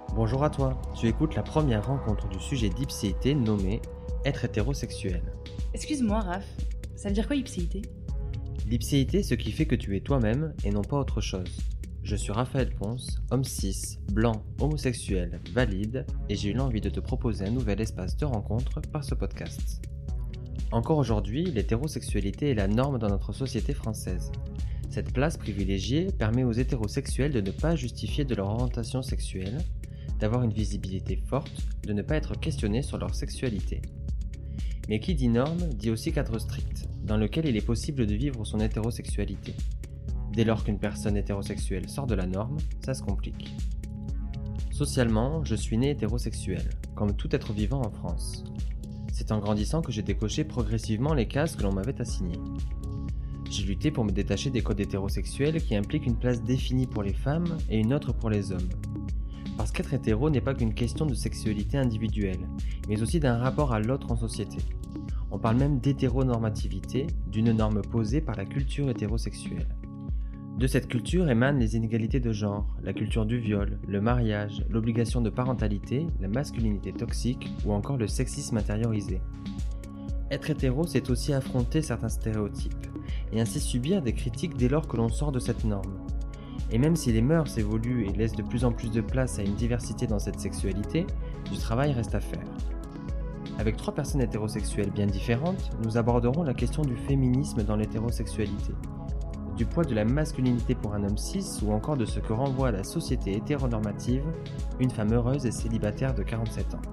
Bonjour à toi, tu écoutes la première rencontre du sujet d'ipséité nommée « Être hétérosexuel ». Excuse-moi, Raph, ça veut dire quoi ipséité ? L'ipséité, ce qui fait que tu es toi-même et non pas autre chose. Je suis Raphaël Ponce, homme cis, blanc, homosexuel, valide, et j'ai eu l'envie de te proposer un nouvel espace de rencontre par ce podcast. Encore aujourd'hui, l'hétérosexualité est la norme dans notre société française. Cette place privilégiée permet aux hétérosexuels de ne pas justifier de leur orientation sexuelle, d'avoir une visibilité forte, de ne pas être questionnés sur leur sexualité. Mais qui dit norme, dit aussi cadre strict, dans lequel il est possible de vivre son hétérosexualité. Dès lors qu'une personne hétérosexuelle sort de la norme, ça se complique. Socialement, je suis né hétérosexuel, comme tout être vivant en France. C'est en grandissant que j'ai décoché progressivement les cases que l'on m'avait assignées. J'ai lutté pour me détacher des codes hétérosexuels qui impliquent une place définie pour les femmes et une autre pour les hommes. Parce qu'être hétéro n'est pas qu'une question de sexualité individuelle, mais aussi d'un rapport à l'autre en société. On parle même d'hétéronormativité, d'une norme posée par la culture hétérosexuelle. De cette culture émanent les inégalités de genre, la culture du viol, le mariage, l'obligation de parentalité, la masculinité toxique ou encore le sexisme intériorisé. Être hétéro, c'est aussi affronter certains stéréotypes, et ainsi subir des critiques dès lors que l'on sort de cette norme. Et même si les mœurs évoluent et laissent de plus en plus de place à une diversité dans cette sexualité, du travail reste à faire. Avec 3 personnes hétérosexuelles bien différentes, nous aborderons la question du féminisme dans l'hétérosexualité, du poids de la masculinité pour un homme cis ou encore de ce que renvoie la société hétéronormative, une femme heureuse et célibataire de 47 ans.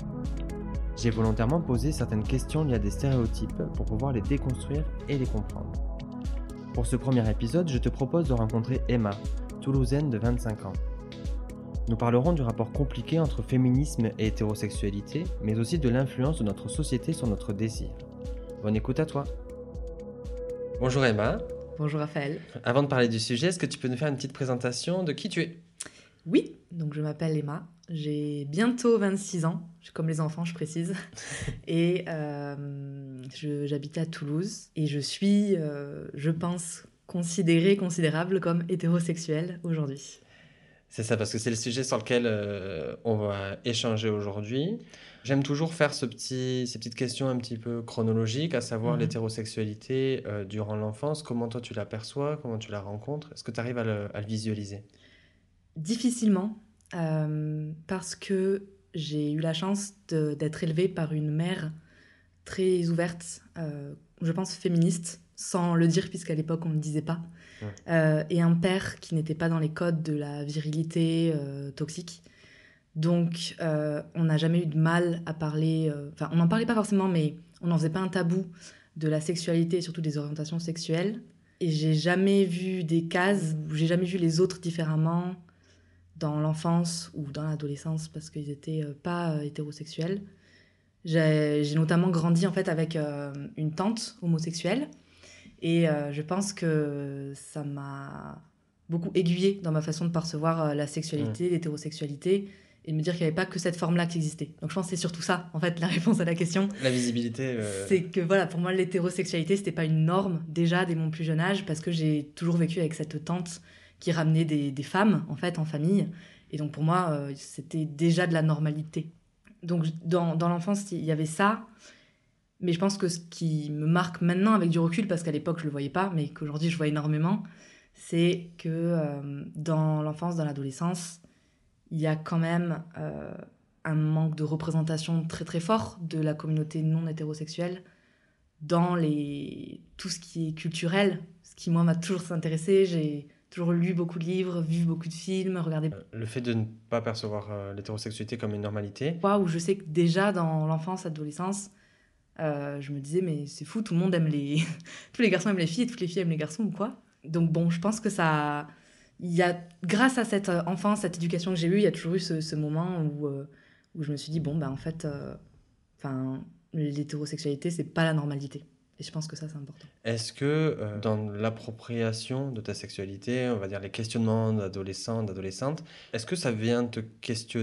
J'ai volontairement posé certaines questions liées à des stéréotypes pour pouvoir les déconstruire et les comprendre. Pour ce premier épisode, je te propose de rencontrer Emma, toulousaine de 25 ans. Nous parlerons du rapport compliqué entre féminisme et hétérosexualité, mais aussi de l'influence de notre société sur notre désir. Bonne écoute à toi. Bonjour Emma. Bonjour Raphaël. Avant de parler du sujet, est-ce que tu peux nous faire une petite présentation de qui tu es ? Oui, donc je m'appelle Emma, j'ai bientôt 26 ans, comme les enfants je précise, et j'habite à Toulouse et je suis, je pense, considérable comme hétérosexuelle aujourd'hui. C'est ça, parce que c'est le sujet sur lequel on va échanger aujourd'hui. J'aime toujours faire ces petites questions un petit peu chronologiques, à savoir l'hétérosexualité durant l'enfance. Comment toi tu l'aperçois, comment tu la rencontres ? Est-ce que tu arrives à le visualiser ? Difficilement, parce que j'ai eu la chance d'être élevée par une mère très ouverte, je pense féministe, sans le dire puisqu'à l'époque on ne le disait pas, et un père qui n'était pas dans les codes de la virilité toxique. Donc on n'a jamais eu de mal à parler, enfin on n'en parlait pas forcément, mais on n'en faisait pas un tabou de la sexualité et surtout des orientations sexuelles. Et j'ai jamais vu des cases où j'ai jamais vu les autres différemment dans l'enfance ou dans l'adolescence parce qu'ils étaient pas hétérosexuels. J'ai notamment grandi en fait avec une tante homosexuelle et je pense que ça m'a beaucoup aiguillée dans ma façon de percevoir la sexualité, l'hétérosexualité et de me dire qu'il n'y avait pas que cette forme-là qui existait. Donc je pense que c'est surtout ça en fait la réponse à la question. La visibilité. C'est que voilà, pour moi l'hétérosexualité c'était pas une norme déjà dès mon plus jeune âge parce que j'ai toujours vécu avec cette tante qui ramenait des femmes en fait en famille et donc pour moi c'était déjà de la normalité. Donc dans l'enfance il y avait ça, mais je pense que ce qui me marque maintenant avec du recul, parce qu'à l'époque je le voyais pas mais qu'aujourd'hui je vois énormément, c'est que dans l'enfance, dans l'adolescence, il y a quand même un manque de représentation très très fort de la communauté non hétérosexuelle dans tout ce qui est culturel, ce qui moi m'a toujours intéressé. J'ai toujours lu beaucoup de livres, vu beaucoup de films, regardé... Le fait de ne pas percevoir l'hétérosexualité comme une normalité. Où je sais que déjà dans l'enfance, l'adolescence, je me disais mais c'est fou, tout le monde aime les... tous les garçons aiment les filles et toutes les filles aiment les garçons ou quoi. Donc bon, je pense que ça... Il y a, grâce à cette enfance, cette éducation que j'ai eue, il y a toujours eu ce moment où je me suis dit bon ben en fait, l'hétérosexualité c'est pas la normalité. Et je pense que ça c'est important. Est-ce que dans l'appropriation de ta sexualité, on va dire les questionnements d'adolescents, d'adolescentes, est-ce que ça vient te questionner ?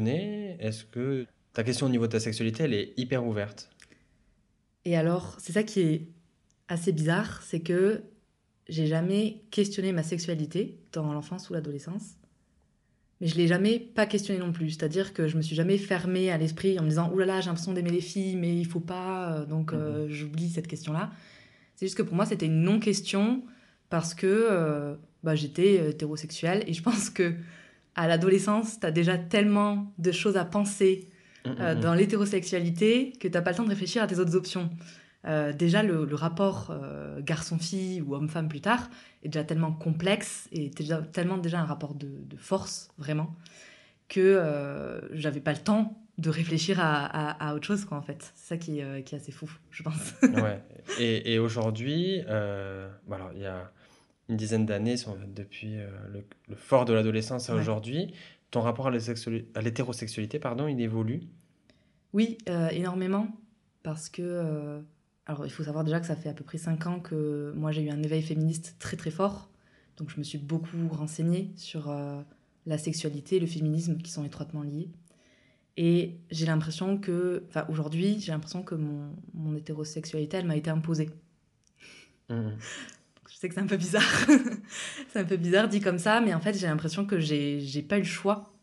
Est-ce que ta question au niveau de ta sexualité, elle est hyper ouverte ? Et alors, c'est ça qui est assez bizarre, c'est que j'ai jamais questionné ma sexualité dans l'enfance ou l'adolescence, mais je l'ai jamais pas questionné non plus. C'est-à-dire que je me suis jamais fermée à l'esprit en me disant « Ouh là là, j'ai l'impression d'aimer les filles, mais il faut pas, donc j'oublie cette question-là ». C'est juste que pour moi, c'était une non-question parce que j'étais hétérosexuelle et je pense que à l'adolescence, t'as déjà tellement de choses à penser dans l'hétérosexualité que t'as pas le temps de réfléchir à tes autres options. Déjà, le rapport garçon-fille ou homme-femme plus tard est déjà tellement complexe et tellement déjà un rapport de force, vraiment, que j'avais pas le temps de réfléchir à autre chose, quoi, en fait. C'est ça qui est assez fou, je pense. Ouais. Et aujourd'hui, alors il y a une dizaine d'années, depuis le fort de l'adolescence à Ouais. aujourd'hui, ton rapport à l'hétérosexualité, pardon, il évolue. Oui, énormément, parce que... alors, il faut savoir déjà que ça fait à peu près 5 ans que moi, j'ai eu un éveil féministe très très fort. Donc, je me suis beaucoup renseignée sur la sexualité et le féminisme qui sont étroitement liés. Et j'ai l'impression que... Enfin, aujourd'hui, j'ai l'impression que mon hétérosexualité, elle m'a été imposée. Mhm. Je sais que c'est un peu bizarre. C'est un peu bizarre dit comme ça, mais en fait, j'ai l'impression que j'ai pas eu le choix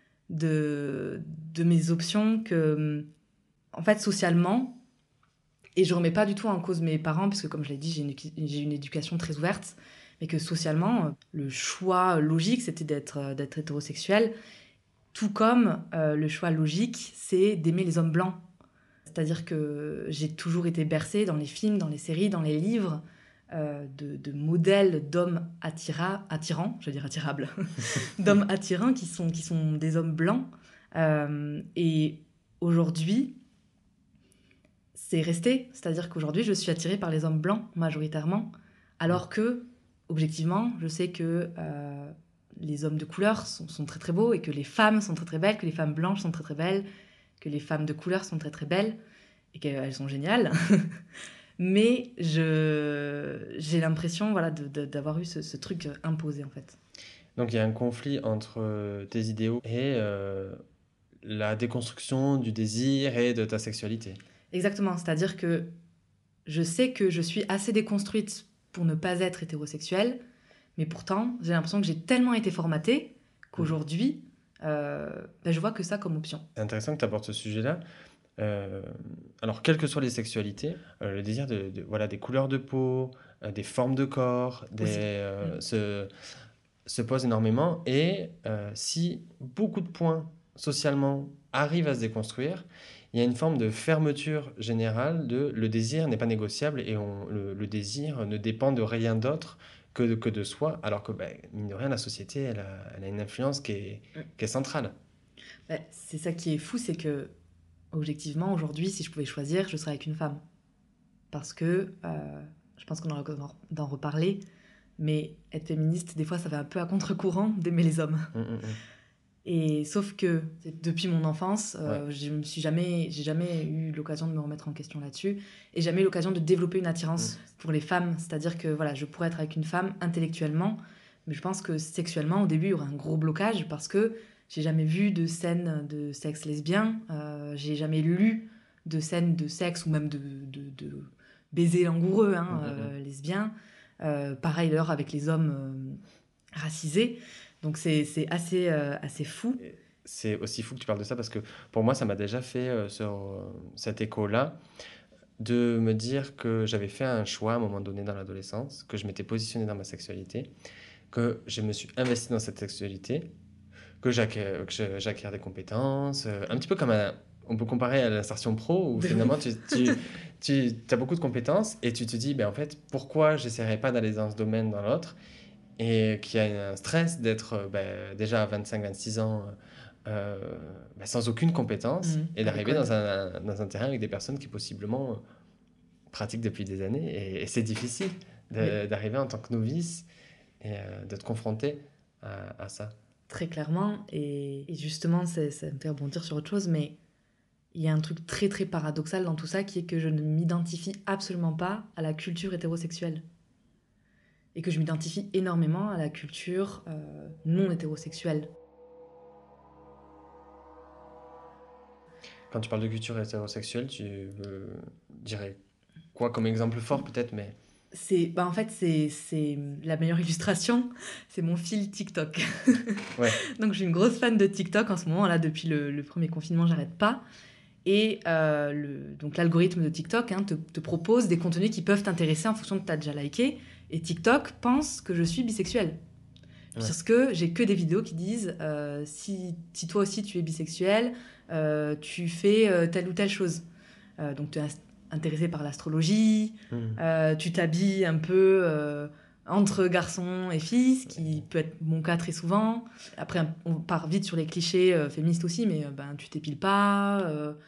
de mes options, que... En fait, socialement... Et je remets pas du tout en cause mes parents, parce que comme je l'ai dit, j'ai une éducation très ouverte, mais que socialement, le choix logique, c'était d'être hétérosexuel, tout comme le choix logique, c'est d'aimer les hommes blancs. C'est-à-dire que j'ai toujours été bercée dans les films, dans les séries, dans les livres, de modèles d'hommes attirants, je veux dire attirables, d'hommes attirants qui sont des hommes blancs. Et aujourd'hui, c'est resté. C'est-à-dire qu'aujourd'hui, je suis attirée par les hommes blancs majoritairement, alors que, objectivement, je sais que les hommes de couleur sont très très beaux et que les femmes sont très très belles, que les femmes blanches sont très très belles, que les femmes de couleur sont très très belles et qu'elles sont géniales. Mais j'ai l'impression voilà, d'avoir eu ce truc imposé en fait. Donc il y a un conflit entre tes idéaux et la déconstruction du désir et de ta sexualité. Exactement, c'est-à-dire que je sais que je suis assez déconstruite pour ne pas être hétérosexuelle, mais pourtant, j'ai l'impression que j'ai tellement été formatée qu'aujourd'hui, je vois que ça comme option. C'est intéressant que tu abordes ce sujet-là. Alors, quelles que soient les sexualités, le désir voilà, des couleurs de peau, des formes de corps, se pose énormément. Et si beaucoup de points socialement arrivent à se déconstruire, il y a une forme de fermeture générale de le désir n'est pas négociable et le désir ne dépend de rien d'autre que de soi, alors que, mine de rien, la société, elle a une influence qui est centrale. C'est ça qui est fou, c'est que, objectivement, aujourd'hui, si je pouvais choisir, je serais avec une femme. Parce que, je pense qu'on aura l'occasion d'en reparler, mais être féministe, des fois, ça va un peu à contre-courant d'aimer les hommes. Et sauf que depuis mon enfance, j'ai jamais eu l'occasion de me remettre en question là-dessus et jamais eu l'occasion de développer une attirance pour les femmes. C'est-à-dire que voilà, je pourrais être avec une femme intellectuellement, mais je pense que sexuellement, au début, il y aura un gros blocage parce que j'ai jamais vu de scène de sexe lesbien, j'ai jamais lu de scène de sexe ou même de baisers langoureux lesbiens. Pareil d'ailleurs avec les hommes racisés. Donc c'est assez fou. C'est aussi fou que tu parles de ça parce que pour moi, ça m'a déjà fait cet écho-là de me dire que j'avais fait un choix à un moment donné dans l'adolescence, que je m'étais positionné dans ma sexualité, que je me suis investi dans cette sexualité, que j'acquiers des compétences, un petit peu comme on peut comparer à l'insertion pro où finalement tu as beaucoup de compétences et tu te dis, en fait, pourquoi j'essaierais pas d'aller dans ce domaine, dans l'autre et qu'il y a un stress d'être déjà à 25-26 ans sans aucune compétence et d'arriver dans un terrain avec des personnes qui possiblement pratiquent depuis des années et c'est difficile d'arriver en tant que novice et de te confronter à ça. Très clairement, et justement ça me fait rebondir sur autre chose, mais il y a un truc très très paradoxal dans tout ça qui est que je ne m'identifie absolument pas à la culture hétérosexuelle. Et que je m'identifie énormément à la culture non hétérosexuelle. Quand tu parles de culture hétérosexuelle, tu dirais quoi comme exemple fort peut-être, mais... En fait, c'est la meilleure illustration, c'est mon fil TikTok. Ouais. Donc, je suis une grosse fan de TikTok en ce moment. Là, depuis le premier confinement, j'arrête pas. Et donc, l'algorithme de TikTok te propose des contenus qui peuvent t'intéresser en fonction de ta déjà liké. Et TikTok pense que je suis bisexuelle. Ouais. Parce que j'ai que des vidéos qui disent si toi aussi tu es bisexuel, tu fais telle ou telle chose. Donc, tu es intéressé par l'astrologie, tu t'habilles un peu entre garçons et filles, ce qui peut être mon cas très souvent. Après, on part vite sur les clichés féministes aussi, mais ben, tu t'épiles pas,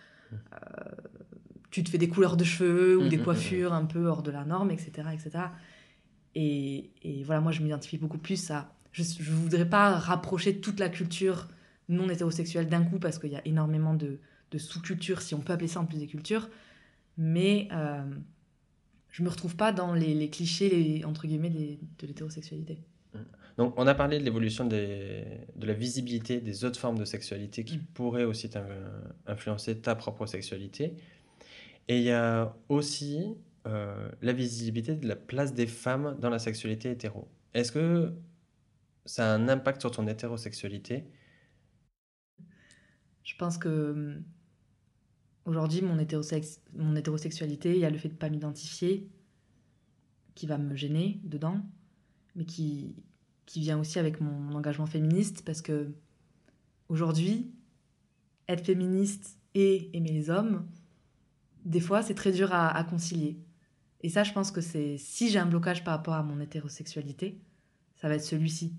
tu te fais des couleurs de cheveux ou des coiffures un peu hors de la norme, etc. etc. Et voilà, moi, je m'identifie beaucoup plus à... Je ne voudrais pas rapprocher toute la culture non hétérosexuelle d'un coup, parce qu'il y a énormément de sous-cultures, si on peut appeler ça en plus des cultures, mais je me retrouve pas dans les clichés, entre guillemets, de l'hétérosexualité. Donc, on a parlé de l'évolution de la visibilité des autres formes de sexualité qui pourraient aussi influencer ta propre sexualité. Et il y a aussi la visibilité de la place des femmes dans la sexualité hétéro. Est-ce que ça a un impact sur ton hétérosexualité? Je pense que aujourd'hui, mon hétérosexualité, il y a le fait de ne pas m'identifier qui va me gêner dedans, mais qui vient aussi avec mon engagement féministe, parce que aujourd'hui, être féministe et aimer les hommes, des fois, c'est très dur à concilier. Et ça, je pense que si j'ai un blocage par rapport à mon hétérosexualité, ça va être celui-ci.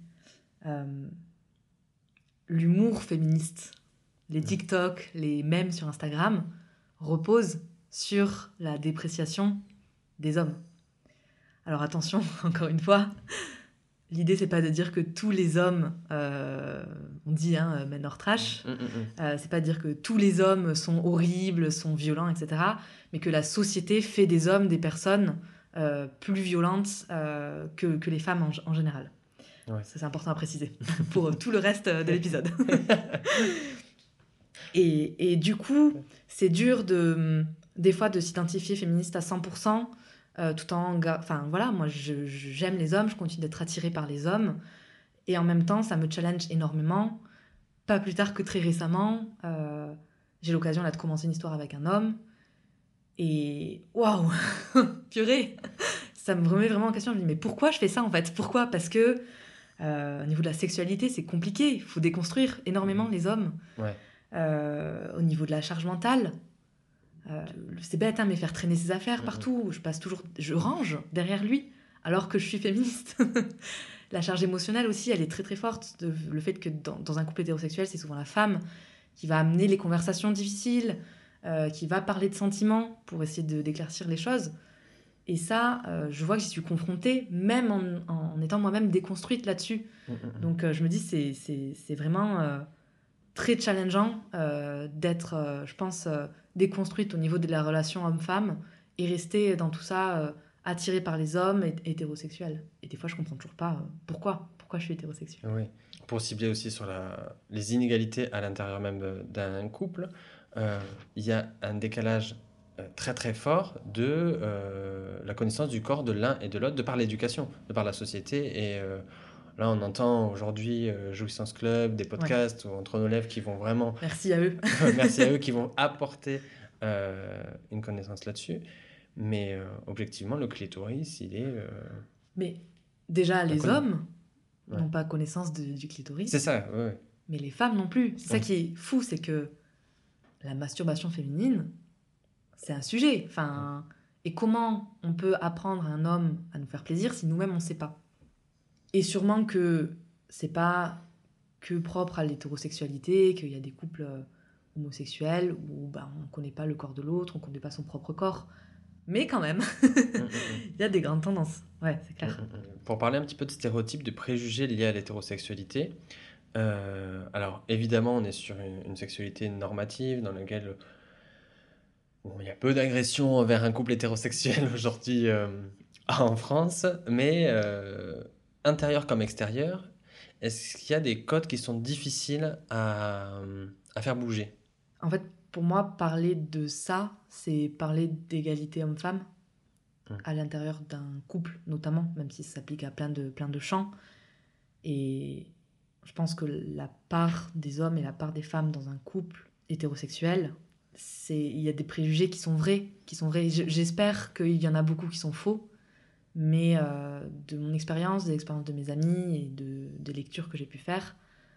L'humour féministe, les TikTok, les mèmes sur Instagram reposent sur la dépréciation des hommes. Alors attention, encore une fois, l'idée c'est pas de dire que tous les hommes, on dit men or trash, c'est pas de dire que tous les hommes sont horribles, sont violents, etc. Mais que la société fait des hommes des personnes plus violentes que les femmes en général. Ouais. Ça, c'est important à préciser pour tout le reste de l'épisode. Et du coup, c'est dur des fois de s'identifier féministe à 100%, tout en... Enfin voilà, moi j'aime les hommes, je continue d'être attirée par les hommes, et en même temps ça me challenge énormément. Pas plus tard que très récemment, j'ai l'occasion là de commencer une histoire avec un homme, et waouh, purée, ça me remet vraiment en question. Je me dis mais pourquoi je fais ça en fait? Pourquoi? Parce que au niveau de la sexualité c'est compliqué, il faut déconstruire énormément les hommes. Ouais. Au niveau de la charge mentale, c'est bête, mais faire traîner ses affaires partout, je range derrière lui, alors que je suis féministe. La charge émotionnelle aussi, elle est très très forte. Le fait que dans un couple hétérosexuel, c'est souvent la femme qui va amener les conversations difficiles, qui va parler de sentiments pour essayer d'éclaircir les choses. Et ça, je vois que j'y suis confrontée, même en étant moi-même déconstruite là-dessus. Donc je me dis, c'est vraiment... très challengeant d'être, je pense, déconstruite au niveau de la relation homme-femme et rester dans tout ça attirée par les hommes et hétérosexuels. Et des fois, je comprends toujours pas pourquoi je suis hétérosexuelle. Oui. Pour cibler aussi sur les inégalités à l'intérieur même d'un couple, il y a un décalage très très fort de la connaissance du corps de l'un et de l'autre de par l'éducation, de par la société. Et là, on entend aujourd'hui Jouissance Club, des podcasts ou Entre nos lèvres qui vont vraiment... Merci à eux. Merci à eux qui vont apporter une connaissance là-dessus. Mais objectivement, le clitoris, il est... Mais déjà, les inconnu. hommes n'ont pas connaissance du clitoris. C'est ça, ouais. Mais les femmes non plus. C'est ça qui est fou, c'est que la masturbation féminine, c'est un sujet. Enfin, et comment on peut apprendre à un homme à nous faire plaisir si nous-mêmes on ne sait pas? Et sûrement que c'est pas que propre à l'hétérosexualité, qu'il y a des couples homosexuels où on ne connaît pas le corps de l'autre, on ne connaît pas son propre corps. Mais quand même, il y a des grandes tendances. Ouais, c'est clair. Pour parler un petit peu de stéréotypes, de préjugés liés à l'hétérosexualité, alors évidemment, on est sur une sexualité normative dans laquelle il y a peu d'agressions envers un couple hétérosexuel aujourd'hui en France, mais intérieur comme extérieur, est-ce qu'il y a des codes qui sont difficiles à faire bouger? En fait, pour moi, parler de ça, c'est parler d'égalité homme-femme. à l'intérieur d'un couple, notamment, même si ça s'applique à plein de champs. Et je pense que la part des hommes et la part des femmes dans un couple hétérosexuel, il y a des préjugés qui sont vrais. J'espère qu'il y en a beaucoup qui sont faux, mais de mon expérience, des expériences de mes amis et des lectures que j'ai pu faire,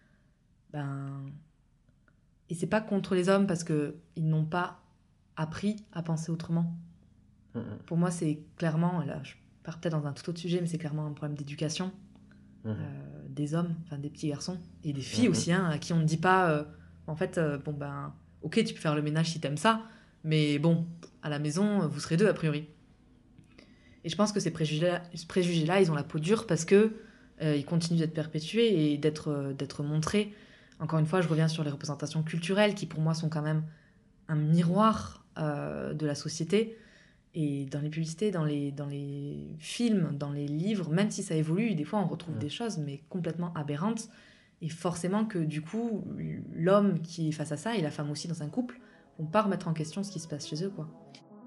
et c'est pas contre les hommes parce qu'ils n'ont pas appris à penser autrement. Pour moi, c'est clairement, là je pars peut-être dans un tout autre sujet, mais c'est clairement un problème d'éducation des hommes, enfin des petits garçons, et des filles aussi, hein, à qui on ne dit pas, en fait, ok, tu peux faire le ménage si t'aimes ça, mais bon, à la maison, vous serez deux a priori. Et je pense que ces préjugés-là, ils ont la peau dure parce que ils continuent d'être perpétués et d'être montrés. Encore une fois, je reviens sur les représentations culturelles qui, pour moi, sont quand même un miroir de la société. Et dans les publicités, dans les films, dans les livres, même si ça évolue, des fois, on retrouve des choses, mais complètement aberrantes. Et forcément que, du coup, l'homme qui est face à ça, et la femme aussi dans un couple, vont pas remettre en question ce qui se passe chez eux, quoi.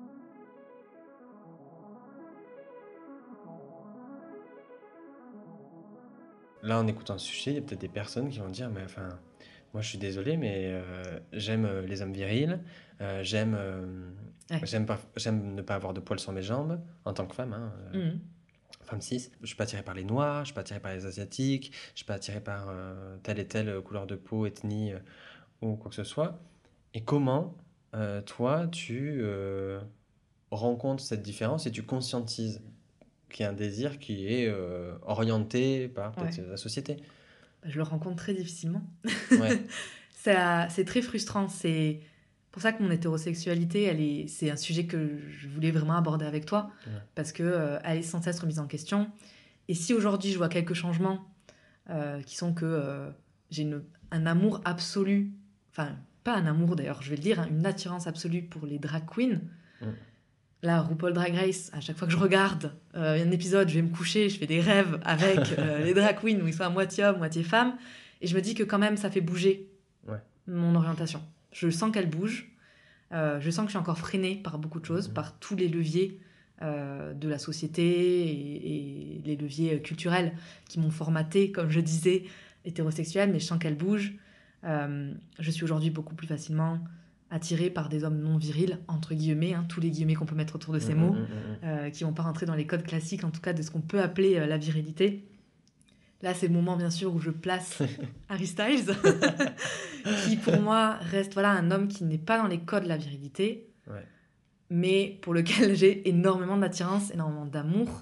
Là, en écoutant ce sujet, il y a peut-être des personnes qui vont dire, mais enfin, moi je suis désolé, mais j'aime les hommes virils, j'aime Ouais. j'aime ne pas avoir de poils sur mes jambes, en tant que femme, hein, femme cis. Je suis pas attirée par les noirs, je suis pas attirée par les asiatiques, je suis pas attirée par telle et telle couleur de peau, ethnie ou quoi que ce soit. Et comment, toi, tu rencontres cette différence et tu conscientises qu'il y a un désir qui est orienté par peut-être la société? Je le rencontre très difficilement. Ouais. C'est très frustrant. C'est pour ça que mon hétérosexualité, c'est un sujet que je voulais vraiment aborder avec toi, parce que elle est sans cesse remise en question. Et si aujourd'hui je vois quelques changements qui sont que j'ai un amour absolu, enfin pas un amour d'ailleurs, je vais le dire, hein, une attirance absolue pour les drag queens. Là, RuPaul Drag Race, à chaque fois que je regarde un épisode, je vais me coucher, je fais des rêves avec les drag queens où ils sont à moitié hommes, moitié femmes, et je me dis que quand même ça fait bouger mon orientation. Je sens qu'elle bouge, je sens que je suis encore freinée par beaucoup de choses, par tous les leviers de la société et les leviers culturels qui m'ont formatée, comme je disais, hétérosexuelle, mais je sens qu'elle bouge. Je suis aujourd'hui beaucoup plus facilement attirée par des hommes non virils, entre guillemets, hein, tous les guillemets qu'on peut mettre autour de ces mots, qui vont pas rentrer dans les codes classiques, en tout cas de ce qu'on peut appeler la virilité. Là, c'est le moment, bien sûr, où je place Harry Styles, qui, pour moi, reste un homme qui n'est pas dans les codes de la virilité, mais pour lequel j'ai énormément d'attirance, énormément d'amour.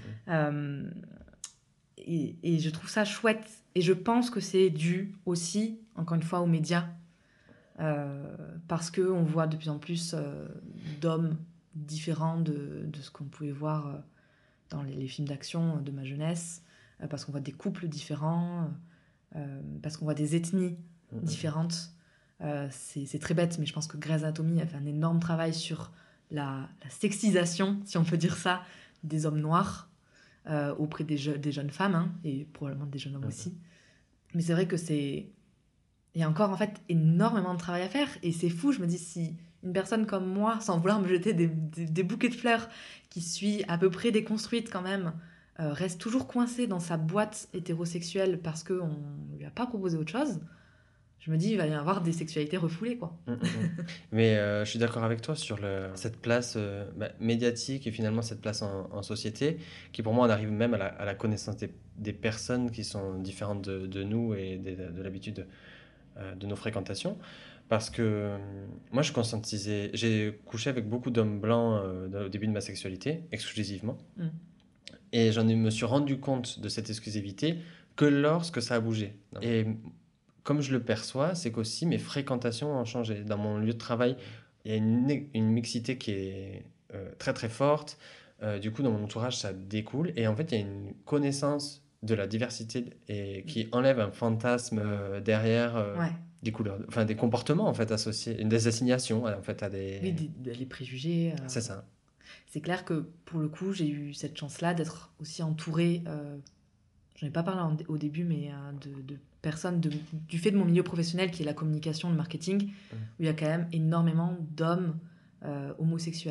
Et je trouve ça chouette. Et je pense que c'est dû aussi, encore une fois, aux médias, parce qu'on voit de plus en plus d'hommes différents de ce qu'on pouvait voir dans les films d'action de ma jeunesse, parce qu'on voit des couples différents, parce qu'on voit des ethnies différentes. C'est très bête, mais je pense que Grey's Anatomy a fait un énorme travail sur la sexisation, si on peut dire ça, des hommes noirs auprès des jeunes femmes, hein, et probablement des jeunes hommes aussi. Mais c'est vrai que il y a encore en fait énormément de travail à faire, et c'est fou. Je me dis, si une personne comme moi, sans vouloir me jeter des bouquets de fleurs, qui suis à peu près déconstruite quand même, reste toujours coincée dans sa boîte hétérosexuelle parce qu'on ne lui a pas proposé autre chose, je me dis, il va y avoir des sexualités refoulées, quoi. Mais je suis d'accord avec toi sur cette place médiatique et finalement cette place en société, qui pour moi on arrive même à la connaissance des personnes qui sont différentes de nous et de l'habitude de nos fréquentations. Parce que moi j'ai couché avec beaucoup d'hommes blancs au début de ma sexualité, exclusivement. Et me suis rendu compte de cette exclusivité que lorsque ça a bougé. Et comme je le perçois, c'est qu'aussi mes fréquentations ont changé. Dans mon lieu de travail, il y a une mixité qui est très très forte. Du coup, dans mon entourage, ça découle. Et en fait, il y a une connaissance de la diversité et qui enlève un fantasme derrière des couleurs, enfin des comportements en fait associés, des assignations en fait à des... Oui, les préjugés. C'est ça. C'est clair que pour le coup, j'ai eu cette chance-là d'être aussi entourée. J'en ai pas parlé au début, mais de personnes du fait de mon milieu professionnel qui est la communication, le marketing, où il y a quand même énormément d'hommes homosexuels.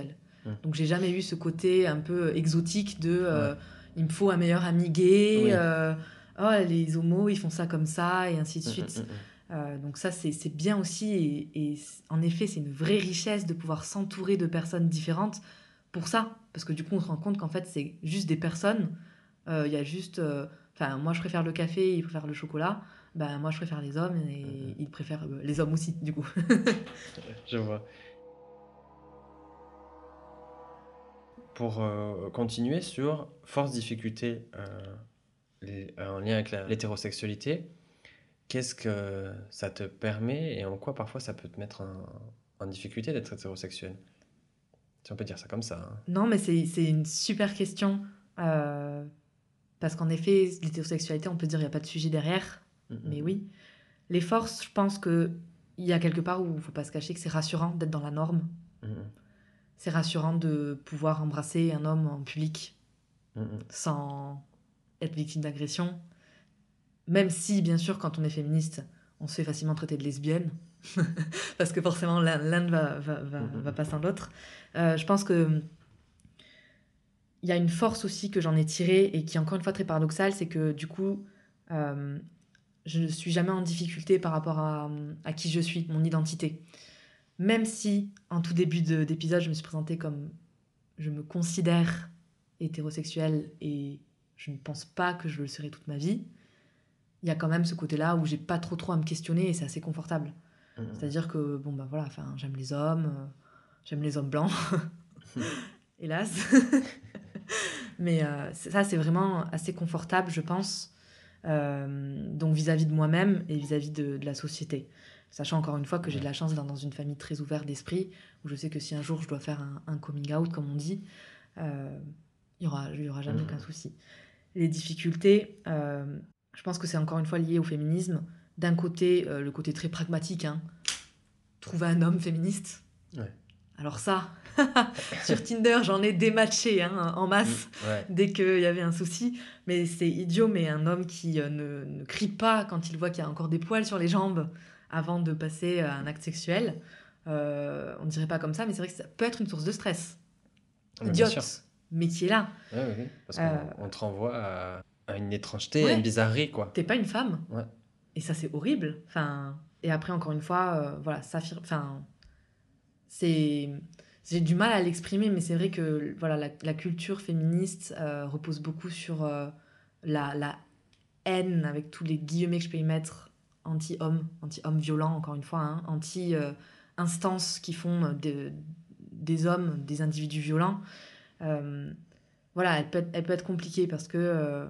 Donc j'ai jamais eu ce côté un peu exotique de Ouais. il me faut un meilleur ami gay, Oui. oh les homos ils font ça comme ça et ainsi de Mm, mm, suite. mm, mm. Donc ça c'est bien aussi en effet c'est une vraie richesse de pouvoir s'entourer de personnes différentes pour ça. Parce que du coup on se rend compte qu'en fait c'est juste des personnes. Il y a juste... Enfin moi je préfère le café, il préfère le chocolat. Ben, moi je préfère les hommes et ils préfèrent les hommes aussi du coup. Je vois. Pour continuer sur force-difficulté en lien avec l'hétérosexualité, qu'est-ce que ça te permet et en quoi parfois ça peut te mettre en difficulté d'être hétérosexuel? Si on peut dire ça comme ça, hein. Non mais c'est une super question. Euh, Parce qu'en effet, l'hétérosexualité, on peut dire il n'y a pas de sujet derrière. Mm, Mais mm, oui. Les forces, je pense qu'il y a quelque part où il ne faut pas se cacher que c'est rassurant d'être dans la norme. mm, mm, C'est rassurant de pouvoir embrasser un homme en public mm, mm. sans être victime d'agression. Même si, bien sûr, quand on est féministe, on se fait facilement traiter de lesbienne. Parce que forcément, l'un ne va pas sans l'autre. Je pense que il y a une force aussi que j'en ai tirée et qui est encore une fois très paradoxale, c'est que du coup, euh, je ne suis jamais en difficulté par rapport à qui je suis, mon identité. Même si, en tout début d'épisode, je me suis présentée comme je me considère hétérosexuelle et je ne pense pas que je le serai toute ma vie, il y a quand même ce côté-là où j'ai pas trop à me questionner et c'est assez confortable. C'est-à-dire que, bon, bah voilà, j'aime les hommes blancs, hélas. Mais ça, c'est vraiment assez confortable, je pense. Donc vis-à-vis de moi-même et vis-à-vis de la société. Sachant encore une fois que j'ai de la chance d'être dans une famille très ouverte d'esprit, où je sais que si un jour je dois faire un coming out, comme on dit, il y aura jamais aucun souci. Les difficultés, je pense que c'est encore une fois lié au féminisme. D'un côté, le côté très pragmatique, hein, trouver un homme féministe. Ouais. Alors ça, sur Tinder, j'en ai dématché hein, en masse Ouais. dès qu'il y avait un souci. Mais c'est idiot, mais un homme qui ne crie pas quand il voit qu'il y a encore des poils sur les jambes avant de passer à un acte sexuel, on ne dirait pas comme ça, mais c'est vrai que ça peut être une source de stress. Mais bien sûr. Idiote, mais qui est là. Ouais, ouais, ouais. Parce Euh, qu'on te renvoie à une étrangeté, à ouais, une bizarrerie, quoi. t'es pas une femme. Ouais. Et ça, c'est horrible. Enfin, et après, encore une fois, voilà, enfin, c'est... J'ai du mal à l'exprimer, mais c'est vrai que voilà, la culture féministe repose beaucoup sur la haine, avec tous les guillemets que je peux y mettre, anti-homme violent, encore une fois, hein, anti-instances qui font des hommes, des individus violents. Euh, voilà, elle peut être compliquée parce que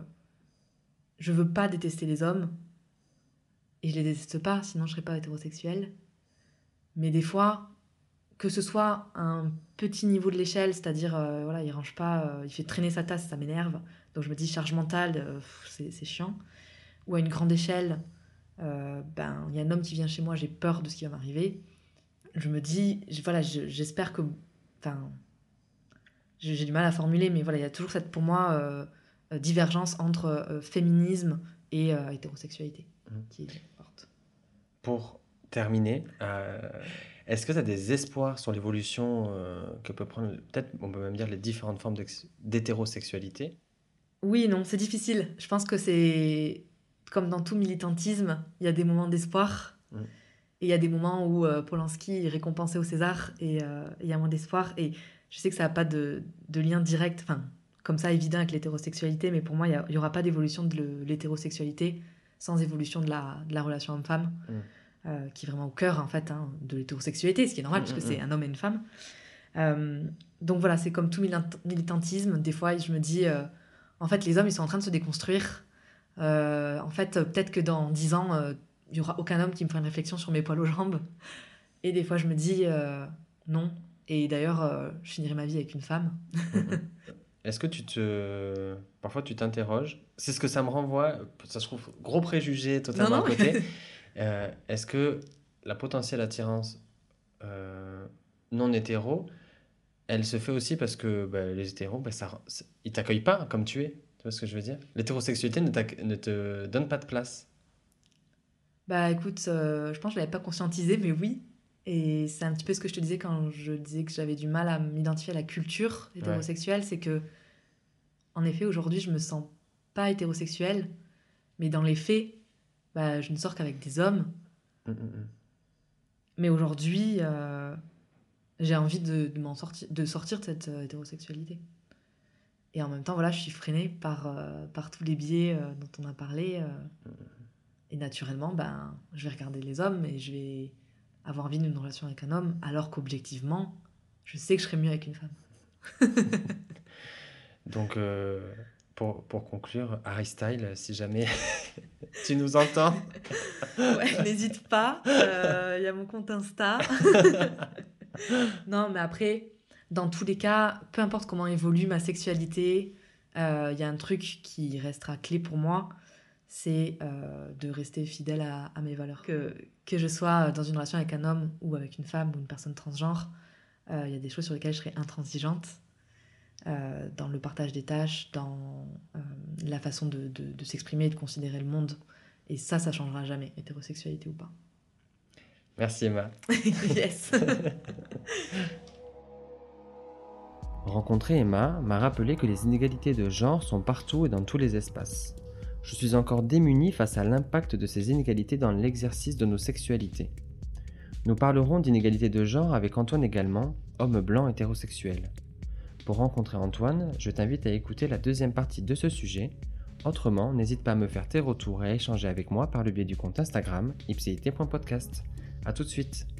je veux pas détester les hommes, et je les déteste pas, sinon je serais pas hétérosexuelle. Mais des fois, que ce soit un petit niveau de l'échelle, c'est-à-dire, voilà, il range pas, il fait traîner sa tasse, ça m'énerve. Donc je me dis, charge mentale, c'est chiant. Ou à une grande échelle, ben, il y a un homme qui vient chez moi, j'ai peur de ce qui va m'arriver. Je me dis, voilà, j'espère que. Enfin, j'ai du mal à formuler, mais voilà, il y a toujours cette, pour moi, divergence entre féminisme et hétérosexualité qui est forte. Pour terminer, est-ce que tu as des espoirs sur l'évolution que peut prendre, peut-être on peut même dire les différentes formes d'hétérosexualité? Oui, non, c'est difficile. Je pense que c'est comme dans tout militantisme, il y a des moments d'espoir et il y a des moments où Polanski est récompensé au César et il y a moins d'espoir. Et je sais que ça n'a pas de lien direct, enfin, comme ça évident avec l'hétérosexualité, mais pour moi, il n'y aura pas d'évolution de l'hétérosexualité sans évolution de la relation homme-femme, qui est vraiment au cœur en fait hein, de l'hétérosexualité, ce qui est normal puisque c'est un homme et une femme. Donc voilà, c'est comme tout militantisme. Des fois, je me dis, en fait, les hommes, ils sont en train de se déconstruire. En fait, peut-être que dans 10 ans, il n'y aura aucun homme qui me fera une réflexion sur mes poils aux jambes. Et des fois, je me dis, non. Et d'ailleurs, je finirai ma vie avec une femme. Est-ce que parfois tu t'interroges? C'est ce que ça me renvoie, ça se trouve gros préjugé Non, totalement non. à côté. Est-ce que la potentielle attirance non hétéro, elle se fait aussi parce que bah, les hétéros, bah, ils t'accueillent pas comme tu es. Tu vois ce que je veux dire? L'hétérosexualité ne te donne pas de place. Bah écoute, je pense que je l'avais pas conscientisé, mais oui. Et c'est un petit peu ce que je te disais quand je disais que j'avais du mal à m'identifier à la culture hétérosexuelle, c'est que, en effet, aujourd'hui, je me sens pas hétérosexuelle, mais dans les faits, je ne sors qu'avec des hommes. Mais aujourd'hui, j'ai envie de sortir de cette hétérosexualité. Et en même temps, voilà, je suis freinée par tous les biais dont on a parlé. Et naturellement, je vais regarder les hommes et je vais avoir envie d'une relation avec un homme, alors qu'objectivement, je sais que je serais mieux avec une femme. Donc, pour conclure, Harry Styles, si jamais tu nous entends. Ouais, n'hésite pas, y a mon compte Insta. Non, mais après, dans tous les cas, peu importe comment évolue ma sexualité, y a un truc qui restera clé pour moi, c'est de rester fidèle à mes valeurs. Que je sois dans une relation avec un homme ou avec une femme ou une personne transgenre, y a des choses sur lesquelles je serai intransigeante. Dans le partage des tâches, dans la façon de s'exprimer et de considérer le monde. Et ça changera jamais, hétérosexualité ou pas. Merci Emma. Yes. Rencontrer Emma m'a rappelé que les inégalités de genre sont partout et dans tous les espaces. Je suis encore démuni face à l'impact de ces inégalités dans l'exercice de nos sexualités. Nous parlerons d'inégalités de genre avec Antoine également, homme blanc hétérosexuel. Pour rencontrer Antoine, je t'invite à écouter la deuxième partie de ce sujet. Autrement, n'hésite pas à me faire tes retours et à échanger avec moi par le biais du compte Instagram ipséité.podcast. A tout de suite.